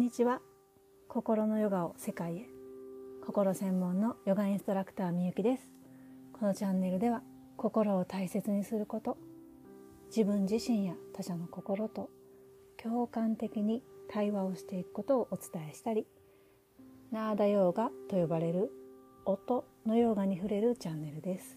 にちは。心のヨガを世界へ。心専門のヨガインストラクターみゆきです。このチャンネルでは心を大切にすること、自分自身や他者の心と共感的に対話をしていくことをお伝えしたり、ナーダヨーガと呼ばれる音のヨガに触れるチャンネルです。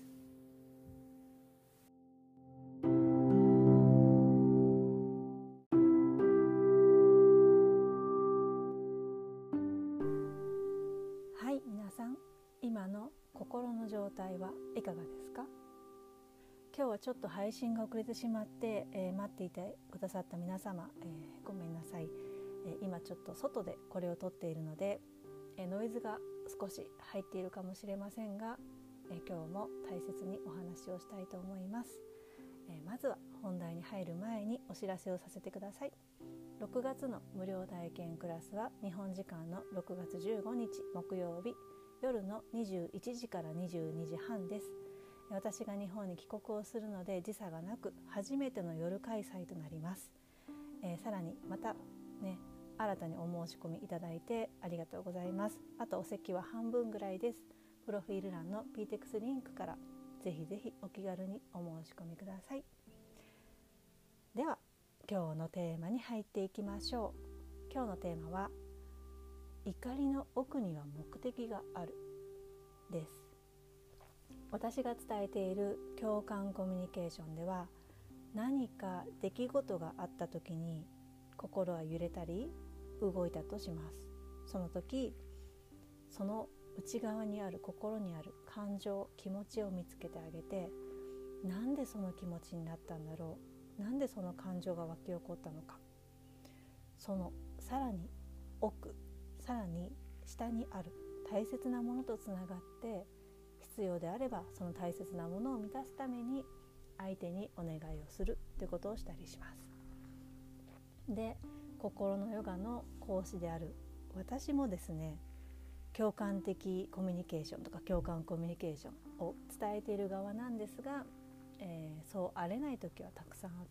はい、皆さん、今の心の状態はいかがですか？今日はちょっと配信が遅れてしまって、待っていてくださった皆様、ごめんなさい。今ちょっと外でこれを撮っているので、ノイズが少し入っているかもしれませんが、今日も大切にお話をしたいと思います。まずは本題に入る前にお知らせをさせてください。6月の無料体験クラスは日本時間の6月15日木曜日夜の21時から22時半です。私が日本に帰国をするので時差がなく初めての夜開催となります。さらにまたね、新たにお申し込みいただいてありがとうございます。あとお席は半分ぐらいです。プロフィール欄の PTX リンクからぜひぜひお気軽にお申し込みください。では今日のテーマに入っていきましょう。今日のテーマは怒りの奥には目的があるです。私が伝えている共感コミュニケーションでは、何か出来事があった時に心は揺れたり動いたとします。その時、その内側にある心にある感情、気持ちを見つけてあげて、なんでその気持ちになったんだろう、なんでその感情が湧き起こったのか、そのさらに奥、さらに下にある大切なものとつながって、必要であればその大切なものを満たすために相手にお願いをするということをしたりします。で、心のヨガの講師である私もですね、共感的コミュニケーションとか共感コミュニケーションを伝えている側なんですが、そうあれない時はたくさんあって、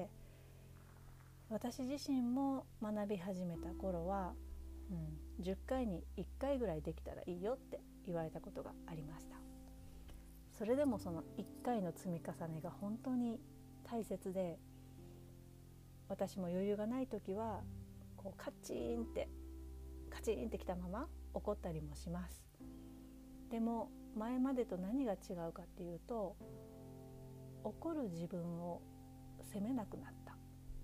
私自身も学び始めた頃は、10回に1回ぐらいできたらいいよって言われたことがありました。それでもその1回の積み重ねが本当に大切で、私も余裕がない時はこうカチンってきたまま怒ったりもします。でも前までと何が違うかっていうと、怒る自分を責めなくなった、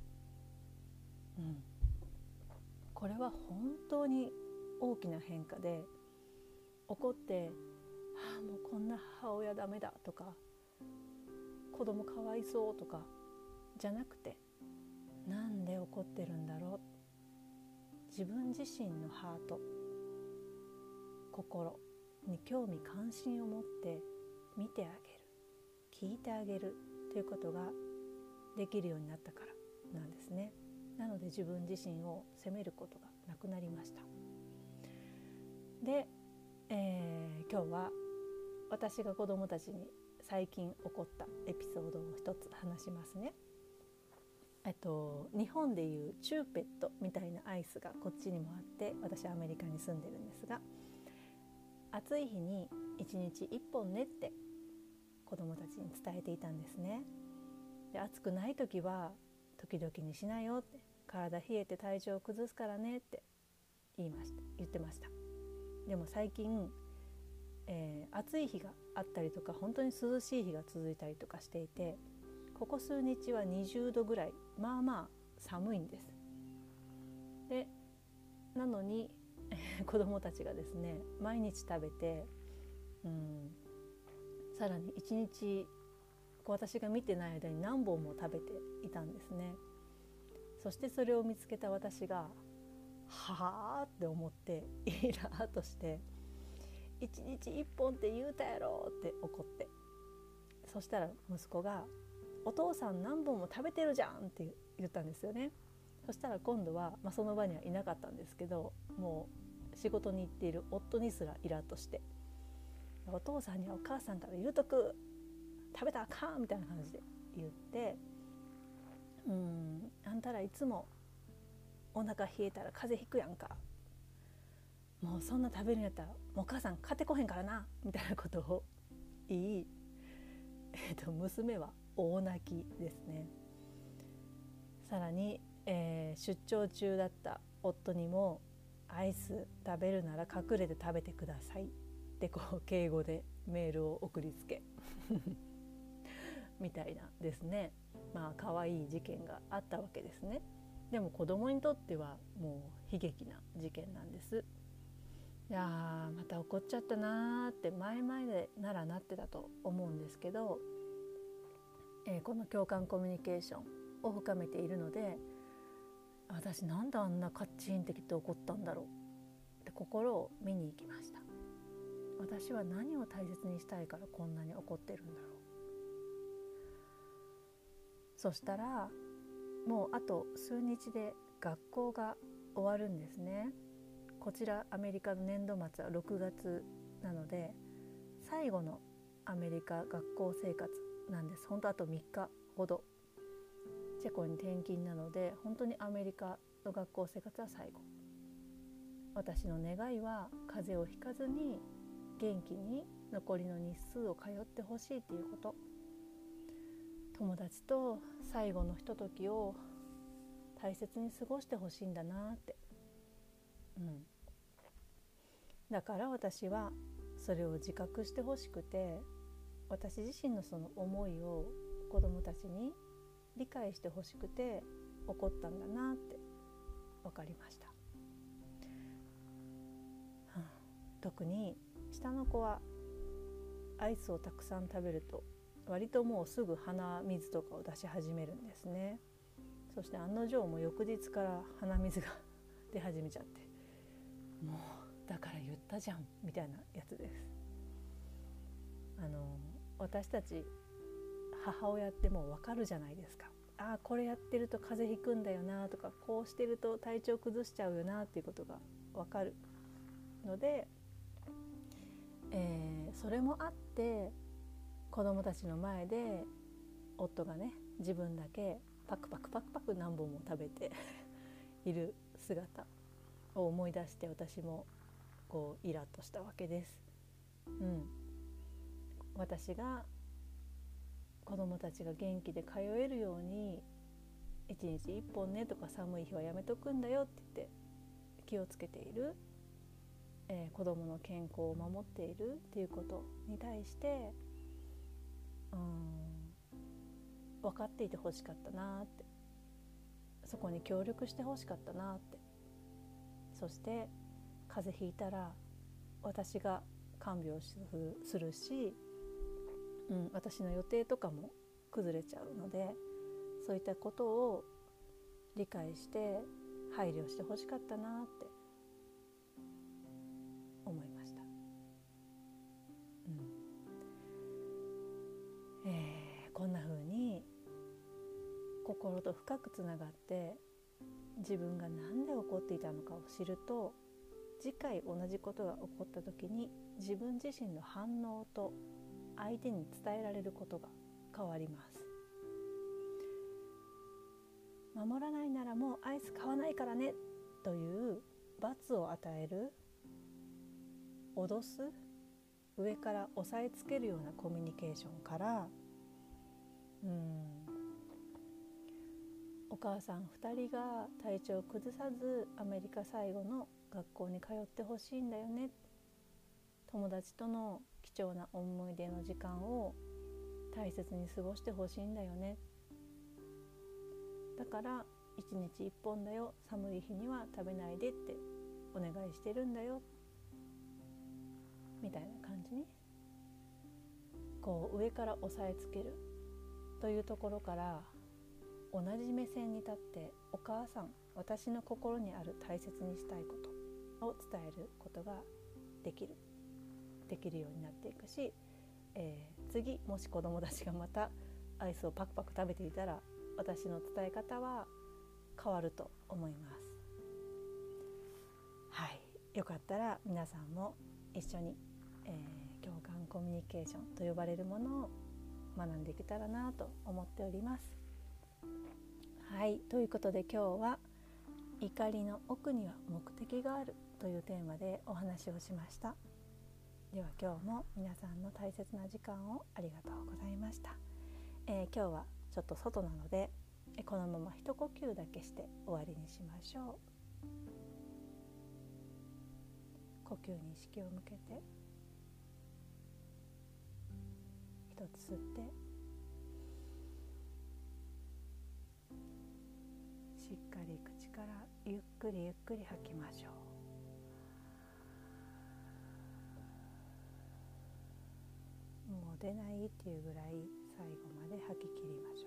これは本当に大きな変化で、怒ってもうこんな母親ダメだとか子供かわいそうとかじゃなくて、なんで怒ってるんだろう、自分自身のハート、心に興味関心を持って見てあげる、聞いてあげるということができるようになったからなんですね。なので自分自身を責めることがなくなりました。で、今日は私が子どもたちに最近起こったエピソードを一つ話しますね。日本でいうチューペットみたいなアイスがこっちにもあって、私はアメリカに住んでるんですが、暑い日に1日1本ねって子どもたちに伝えていたんですね。で、暑くない時は時々にしなよって、体冷えて体調を崩すからねって言ってました。でも最近、暑い日があったりとか、本当に涼しい日が続いたりとかしていて、ここ数日は20度ぐらい、まあまあ寒いんです。で、なのに子どもたちがですね、毎日食べて、さらに1日私が見てない間に何本も食べていたんですね。そしてそれを見つけた私がはぁって思ってイラーっとして、1日1本って言うたやろって怒って、そしたら息子がお父さん何本も食べてるじゃんって言ったんですよね。そしたら今度は、その場にはいなかったんですけど、もう仕事に行っている夫にすらイラッとして、お父さんにはお母さんから言うとく、食べたらあかんみたいな感じで言って、あんたらいつもお腹冷えたら風邪ひくやんか、もうそんな食べるんやったらお母さん買ってこへんからなみたいなことを言い、娘は大泣きですね。さらに、出張中だった夫にもアイス食べるなら隠れて食べてくださいってこう敬語でメールを送りつけみたいなですね。まあ可愛い事件があったわけですね。でも子供にとってはもう悲劇な事件なんです。いやまた怒っちゃったなーって前々でならなってたと思うんですけど、この共感コミュニケーションを深めているので、私なんであんなカッチンってきて怒ったんだろうって心を見に行きました。私は何を大切にしたいからこんなに怒ってるんだろう。そしたらもうあと数日で学校が終わるんですね。こちらアメリカの年度末は6月なので最後のアメリカ学校生活なんです。本当あと3日ほど。チェコに転勤なので本当にアメリカの学校生活は最後。私の願いは風邪をひかずに元気に残りの日数を通ってほしいということ。友達と最後のひとときを大切に過ごしてほしいんだなって、だから私はそれを自覚してほしくて、私自身のその思いを子どもたちに理解してほしくて怒ったんだなって分かりました。特に下の子はアイスをたくさん食べると割ともうすぐ鼻水とかを出し始めるんですね。そして案の定も翌日から鼻水が出始めちゃって、もうだから言ったじゃんみたいなやつです。私たち母親ってもう分かるじゃないですか。ああこれやってると風邪ひくんだよなとか、こうしてると体調崩しちゃうよなっていうことが分かるので、それもあって子供たちの前で夫がね自分だけパクパクパクパク何本も食べている姿を思い出して、私もこうイラッとしたわけです。私が子供たちが元気で通えるように1日1本ねとか寒い日はやめとくんだよって言って気をつけている、子供の健康を守っているっていうことに対して分かっていてほしかったなって、そこに協力してほしかったなって。そして風邪ひいたら私が看病するし、私の予定とかも崩れちゃうので、そういったことを理解して配慮してほしかったなって思いました。こんな風に心と深くつながって自分が何で怒っていたのかを知ると、次回同じことが起こった時に自分自身の反応と相手に伝えられることが変わります。守らないならもうアイス買わないからねという罰を与える、脅す、上から押さえつけるようなコミュニケーションから、お母さん2人が体調を崩さずアメリカ最後の学校に通ってほしいんだよね、友達との貴重な思い出の時間を大切に過ごしてほしいんだよね、だから1日1本だよ、寒い日には食べないでってお願いしてるんだよみたいな感じにこう上から押さえつけるというところから、同じ目線に立ってお母さん、私の心にある大切にしたいことを伝えることができるようになっていくし、次もし子どもたちがまたアイスをパクパク食べていたら私の伝え方は変わると思います。はい、よかったら皆さんも一緒に、共感コミュニケーションと呼ばれるものを学んでいけたらなと思っております。はい、ということで今日は怒りの奥には目的があるというテーマでお話をしました。では今日も皆さんの大切な時間をありがとうございました。今日はちょっと外なのでこのまま一呼吸だけして終わりにしましょう。呼吸に意識を向けて一つ吸ってしっかり口からゆっくりゆっくり吐きましょう。もう出ないっていうぐらい最後まで吐き切りましょう。